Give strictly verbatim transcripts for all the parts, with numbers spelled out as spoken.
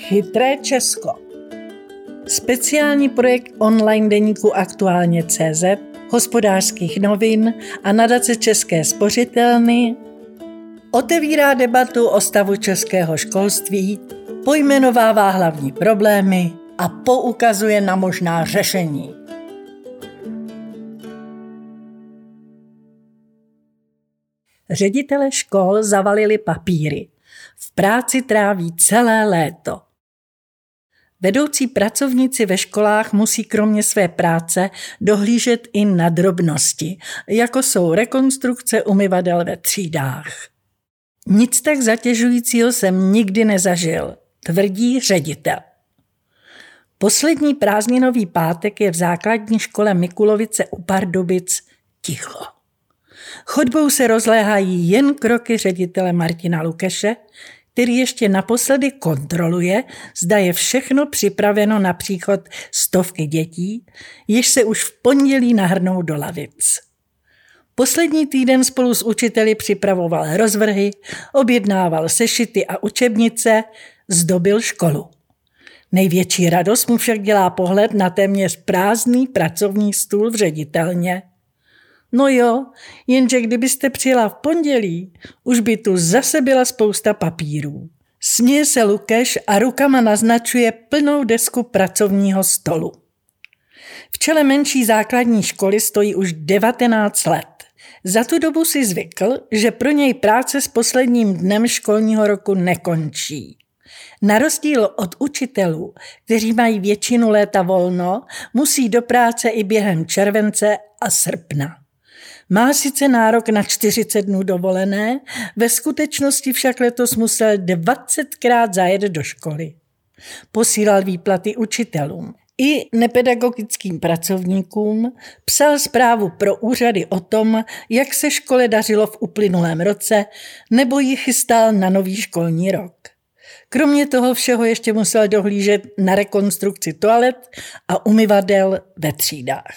Chytré Česko. Speciální projekt online deníku Aktuálně tečka cé zet, Hospodářských novin a nadace České spořitelny otevírá debatu o stavu českého školství, pojmenovává hlavní problémy a poukazuje na možná řešení. Ředitelé škol zavalili papíry. V práci tráví celé léto. Vedoucí pracovníci ve školách musí kromě své práce dohlížet i na drobnosti, jako jsou rekonstrukce umyvadel ve třídách. Nic tak zatěžujícího jsem nikdy nezažil, tvrdí ředitel. Poslední prázdninový pátek je v základní škole Mikulovice u Pardubic ticho. Chodbou se rozléhají jen kroky ředitele Martina Lukeše, který ještě naposledy kontroluje, zda je všechno připraveno na příchod stovky dětí, jež se už v pondělí nahrnou do lavic. Poslední týden spolu s učiteli připravoval rozvrhy, objednával sešity a učebnice, zdobil školu. Největší radost mu však dělá pohled na téměř prázdný pracovní stůl v ředitelně. No jo, jenže kdybyste přijela v pondělí, už by tu zase byla spousta papírů. Směje se Lukeš a rukama naznačuje plnou desku pracovního stolu. V čele menší základní školy stojí už devatenáct let. Za tu dobu si zvykl, že pro něj práce s posledním dnem školního roku nekončí. Na rozdíl od učitelů, kteří mají většinu léta volno, musí do práce i během července a srpna. Má sice nárok na čtyřicet dnů dovolené, ve skutečnosti však letos musel dvacetkrát zajet do školy. Posílal výplaty učitelům i nepedagogickým pracovníkům, psal zprávu pro úřady o tom, jak se škole dařilo v uplynulém roce, nebo ji chystal na nový školní rok. Kromě toho všeho ještě musel dohlížet na rekonstrukci toalet a umyvadel ve třídách.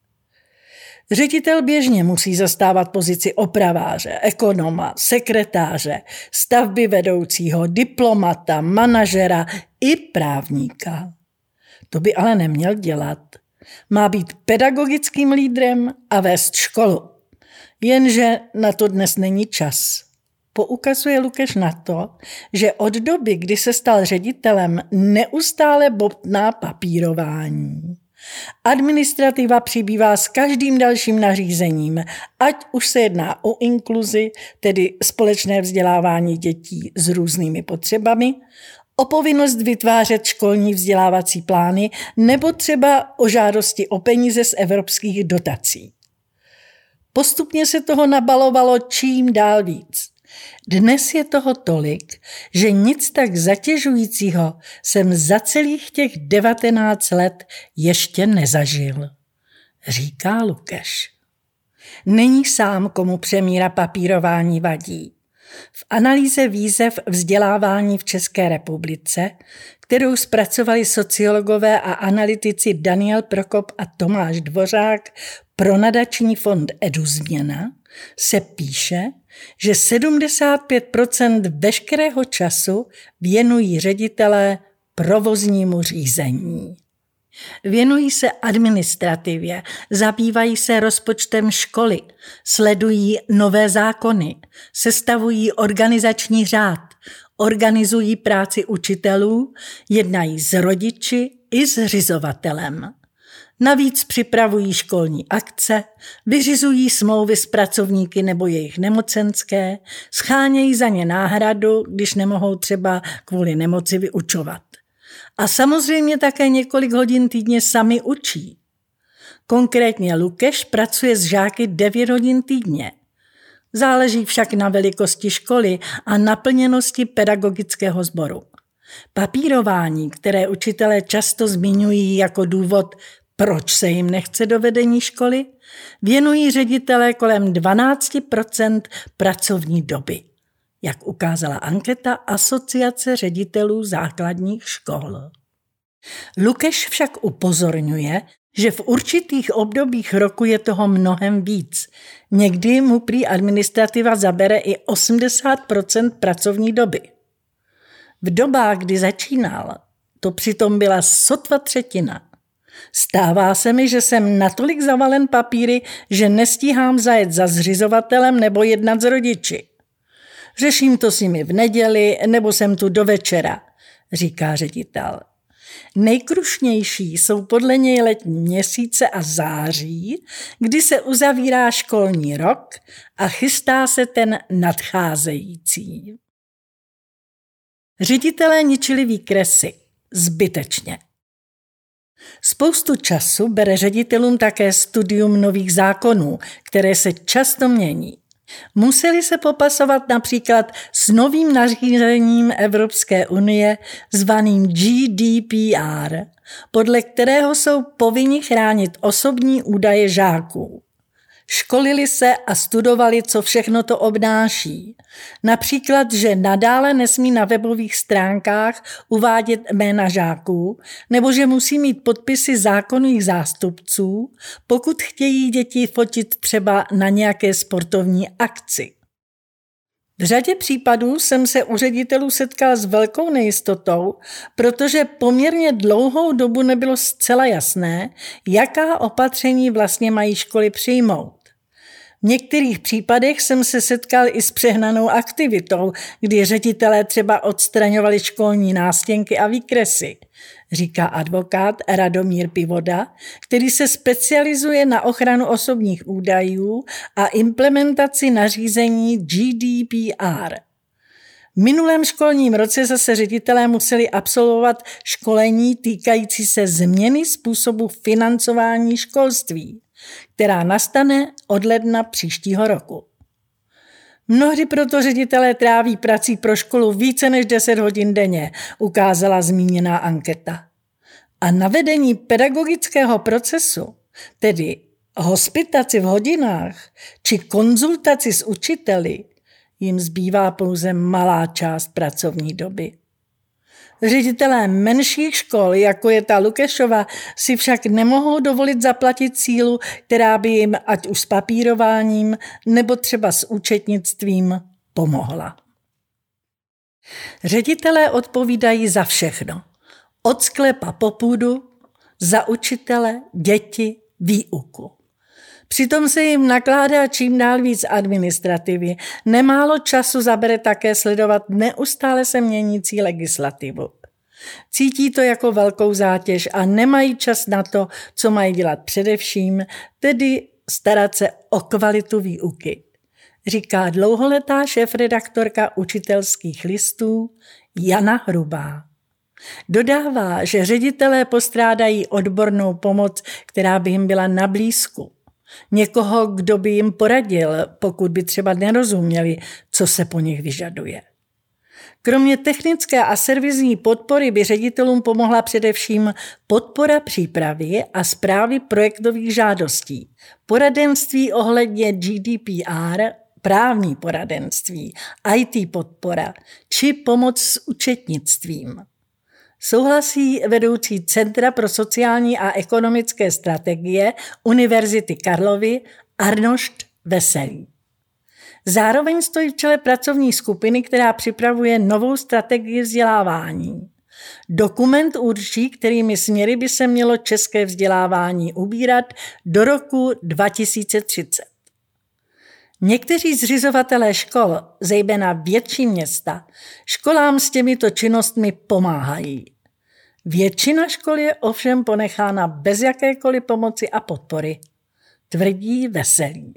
Ředitel běžně musí zastávat pozici opraváře, ekonoma, sekretáře, stavby vedoucího, diplomata, manažera i právníka. To by ale neměl dělat. Má být pedagogickým lídrem a vést školu. Jenže na to dnes není čas. Poukazuje Lukeš na to, že od doby, kdy se stal ředitelem, neustále bobtná papírování. Administrativa přibývá s každým dalším nařízením, ať už se jedná o inkluzi, tedy společné vzdělávání dětí s různými potřebami, o povinnost vytvářet školní vzdělávací plány nebo třeba o žádosti o peníze z evropských dotací. Postupně se toho nabalovalo čím dál víc. Dnes je toho tolik, že nic tak zatěžujícího jsem za celých těch devatenáct let ještě nezažil, říká Lukeš. Není sám, komu přemíra papírování vadí. V analýze výzev vzdělávání v České republice, kterou zpracovali sociologové a analytici Daniel Prokop a Tomáš Dvořák pro nadační fond EduZměna, se píše, že sedmdesát pět procent veškerého času věnují ředitelé provoznímu řízení. Věnují se administrativě, zabývají se rozpočtem školy, sledují nové zákony, sestavují organizační řád, organizují práci učitelů, jednají s rodiči i s zřizovatelem. Navíc připravují školní akce, vyřizují smlouvy s pracovníky nebo jejich nemocenské, schánějí za ně náhradu, když nemohou třeba kvůli nemoci vyučovat. A samozřejmě také několik hodin týdně sami učí. Konkrétně Lukeš pracuje s žáky devět hodin týdně. Záleží však na velikosti školy a naplněnosti pedagogického sboru. Papírování, které učitelé často zmiňují jako důvod, proč se jim nechce do vedení školy, věnují ředitelé kolem dvanáct procent pracovní doby, jak ukázala anketa Asociace ředitelů základních škol. Lukeš však upozorňuje, že v určitých obdobích roku je toho mnohem víc. Někdy mu prý administrativa zabere i osmdesát procent pracovní doby. V dobách, kdy začínal, to přitom byla sotva třetina. Stává se mi, že jsem natolik zavalen papíry, že nestíhám zajet za zřizovatelem nebo jednat s rodiči. Řeším to s nimi v neděli nebo jsem tu do večera, říká ředitel. Nejkrušnější jsou podle něj letní měsíce a září, kdy se uzavírá školní rok a chystá se ten nadcházející. Ředitelé ničili výkresy. Zbytečně. Spoustu času bere ředitelům také studium nových zákonů, které se často mění. Museli se popasovat například s novým nařízením Evropské unie zvaným G D P R, podle kterého jsou povinni chránit osobní údaje žáků. Školili se a studovali, co všechno to obnáší. Například, že nadále nesmí na webových stránkách uvádět jména žáků, nebo že musí mít podpisy zákonných zástupců, pokud chtějí děti fotit třeba na nějaké sportovní akci. V řadě případů jsem se u ředitelů setkal s velkou nejistotou, protože poměrně dlouhou dobu nebylo zcela jasné, jaká opatření vlastně mají školy přijmout. V některých případech jsem se setkal i s přehnanou aktivitou, kdy ředitelé třeba odstraňovali školní nástěnky a výkresy, říká advokát Radomír Pivoda, který se specializuje na ochranu osobních údajů a implementaci nařízení G D P R. V minulém školním roce zase ředitelé museli absolvovat školení týkající se změny způsobu financování školství, která nastane od ledna příštího roku. Mnohdy proto ředitelé tráví prací pro školu více než deset hodin denně, ukázala zmíněná anketa. A na vedení pedagogického procesu, tedy hospitaci v hodinách či konzultaci s učiteli, jim zbývá pouze malá část pracovní doby. Ředitelé menších škol, jako je ta Lukešova, si však nemohou dovolit zaplatit sílu, která by jim ať už s papírováním nebo třeba s účetnictvím pomohla. Ředitelé odpovídají za všechno. Od sklepa po půdu, za učitele, děti, výuku. Přitom se jim nakládá čím dál víc administrativy. Nemálo času zabere také sledovat neustále se měnící legislativu. Cítí to jako velkou zátěž a nemají čas na to, co mají dělat především, tedy starat se o kvalitu výuky, říká dlouholetá šéfredaktorka učitelských listů Jana Hrubá. Dodává, že ředitelé postrádají odbornou pomoc, která by jim byla na blízku. Někoho, kdo by jim poradil, pokud by třeba nerozuměli, co se po nich vyžaduje. Kromě technické a servisní podpory by ředitelům pomohla především podpora přípravy a správy projektových žádostí, poradenství ohledně G D P R, právní poradenství, I T podpora či pomoc s účetnictvím. Souhlasí vedoucí Centra pro sociální a ekonomické strategie Univerzity Karlovy Arnošt Veselý. Zároveň stojí v čele pracovní skupiny, která připravuje novou strategii vzdělávání. Dokument určí, kterými směry by se mělo české vzdělávání ubírat do roku dva tisíce třicet. Někteří zřizovatelé škol, zejména větší města, školám s těmito činnostmi pomáhají. Většina škol je ovšem ponechána bez jakékoliv pomoci a podpory, tvrdí Veselý.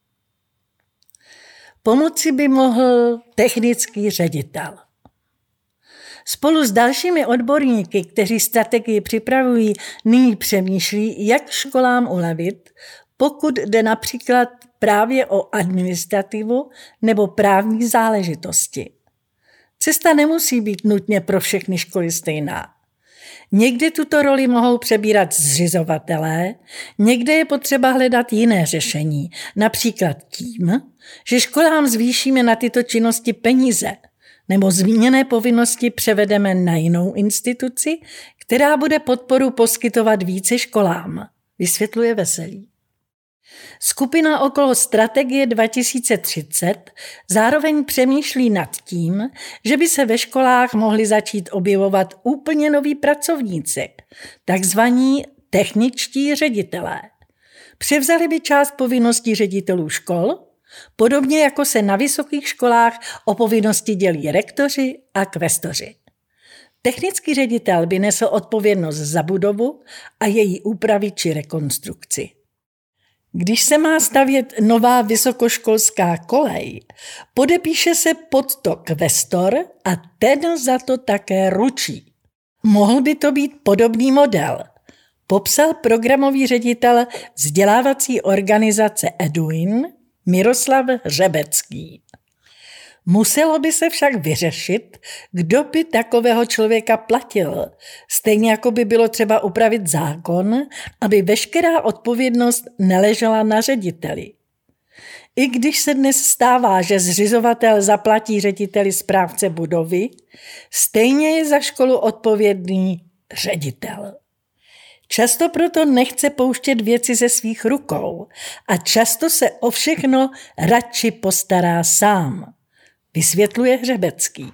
Pomoci by mohl technický ředitel. Spolu s dalšími odborníky, kteří strategii připravují, nyní přemýšlí, jak školám ulevit, pokud jde například právě o administrativu nebo právní záležitosti. Cesta nemusí být nutně pro všechny školy stejná. Někdy tuto roli mohou přebírat zřizovatelé, někde je potřeba hledat jiné řešení, například tím, že školám zvýšíme na tyto činnosti peníze, nebo zmíněné povinnosti převedeme na jinou instituci, která bude podporu poskytovat více školám, vysvětluje Veselý. Skupina okolo strategie dva tisíce třicet zároveň přemýšlí nad tím, že by se ve školách mohli začít objevovat úplně noví pracovníci, takzvaní techničtí ředitelé. Převzali by část povinností ředitelů škol, podobně jako se na vysokých školách o povinnosti dělí rektoři a kvestoři. Technický ředitel by nesl odpovědnost za budovu a její úpravy či rekonstrukci. Když se má stavět nová vysokoškolská kolej, podepíše se pod to kvestor a ten za to také ručí. Mohl by to být podobný model, popsal programový ředitel vzdělávací organizace Eduin Miroslav Hřebecký. Muselo by se však vyřešit, kdo by takového člověka platil, stejně jako by bylo třeba upravit zákon, aby veškerá odpovědnost neležela na řediteli. I když se dnes stává, že zřizovatel zaplatí řediteli správce budovy, stejně je za školu odpovědný ředitel. Často proto nechce pouštět věci ze svých rukou a často se o všechno radši postará sám, vysvětluje Hřebecký.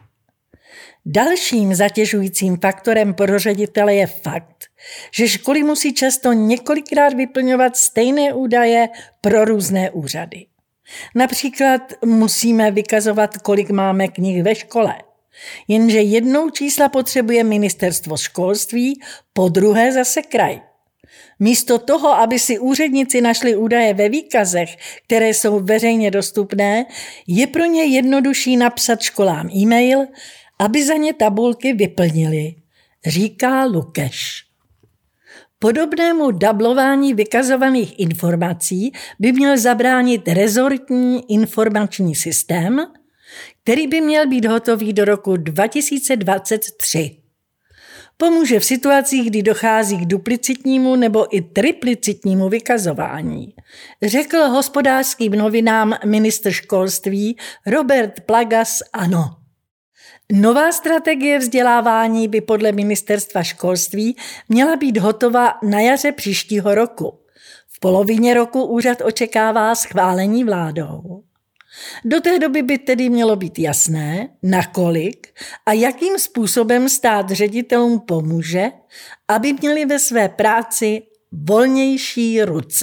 Dalším zatěžujícím faktorem pro ředitele je fakt, že školy musí často několikrát vyplňovat stejné údaje pro různé úřady. Například musíme vykazovat, kolik máme knih ve škole. Jenže jednou čísla potřebuje ministerstvo školství, po druhé zase kraj. Místo toho, aby si úředníci našli údaje ve výkazech, které jsou veřejně dostupné, je pro ně jednodušší napsat školám e-mail, aby za ně tabulky vyplnili, říká Lukeš. Podobnému dublování vykazovaných informací by měl zabránit rezortní informační systém, který by měl být hotový do roku dva tisíce dvacet tři. Pomůže v situacích, kdy dochází k duplicitnímu nebo i triplicitnímu vykazování, řekl Hospodářským novinám ministr školství Robert Plaga z ANO. Nová strategie vzdělávání by podle ministerstva školství měla být hotova na jaře příštího roku. V polovině roku úřad očekává schválení vládou. Do té doby by tedy mělo být jasné, nakolik a jakým způsobem stát ředitelům pomůže, aby měli ve své práci volnější ruce.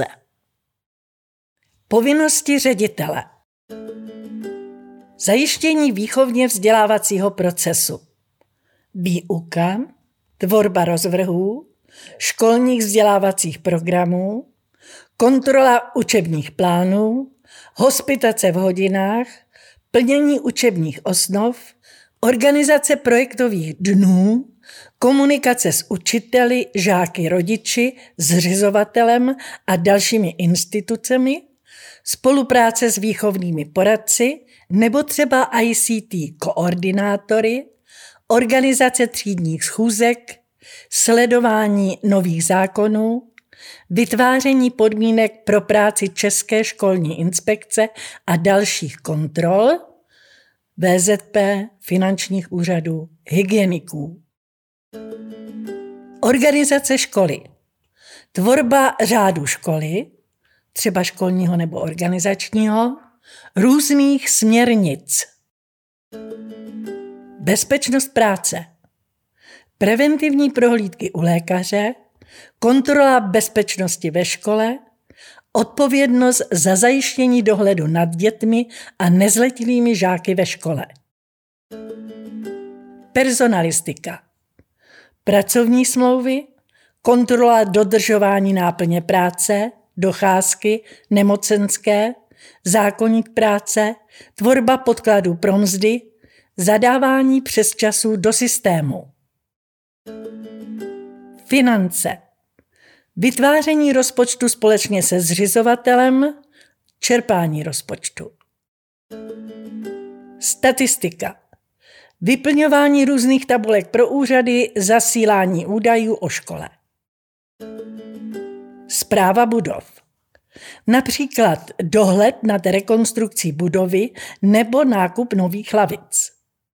Povinnosti ředitele. Zajištění výchovně vzdělávacího procesu. Výuka, tvorba rozvrhů, školních vzdělávacích programů, kontrola učebních plánů, hospitace v hodinách, plnění učebních osnov, organizace projektových dnů, komunikace s učiteli, žáky, rodiči, zřizovatelem a dalšími institucemi, spolupráce s výchovnými poradci nebo třeba I C T koordinátory, organizace třídních schůzek, sledování nových zákonů, vytváření podmínek pro práci České školní inspekce a dalších kontrol, V Z P, finančních úřadů, hygieniků. Organizace školy. Tvorba řádu školy, třeba školního nebo organizačního, různých směrnic. Bezpečnost práce. Preventivní prohlídky u lékaře, kontrola bezpečnosti ve škole, odpovědnost za zajištění dohledu nad dětmi a nezletilými žáky ve škole. Personalistika. Pracovní smlouvy, kontrola dodržování náplně práce, docházky, nemocenské, zákoník práce, tvorba podkladů pro mzdy, zadávání přesčasů do systému. Finance. Vytváření rozpočtu společně se zřizovatelem, čerpání rozpočtu. Statistika. Vyplňování různých tabulek pro úřady, zasílání údajů o škole. Správa budov. Například dohled nad rekonstrukcí budovy nebo nákup nových lavic.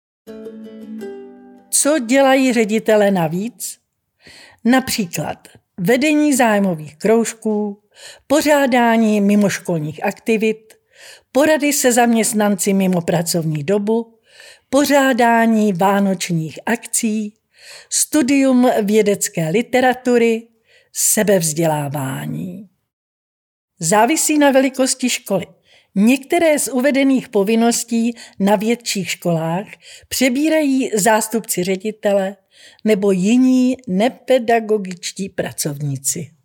Co dělají ředitelé navíc? Například vedení zájmových kroužků, pořádání mimoškolních aktivit, porady se zaměstnanci mimo pracovní dobu, pořádání vánočních akcí, studium vědecké literatury, sebevzdělávání. Závisí na velikosti školy. Některé z uvedených povinností na větších školách přebírají zástupci ředitele nebo jiní nepedagogičtí pracovníci.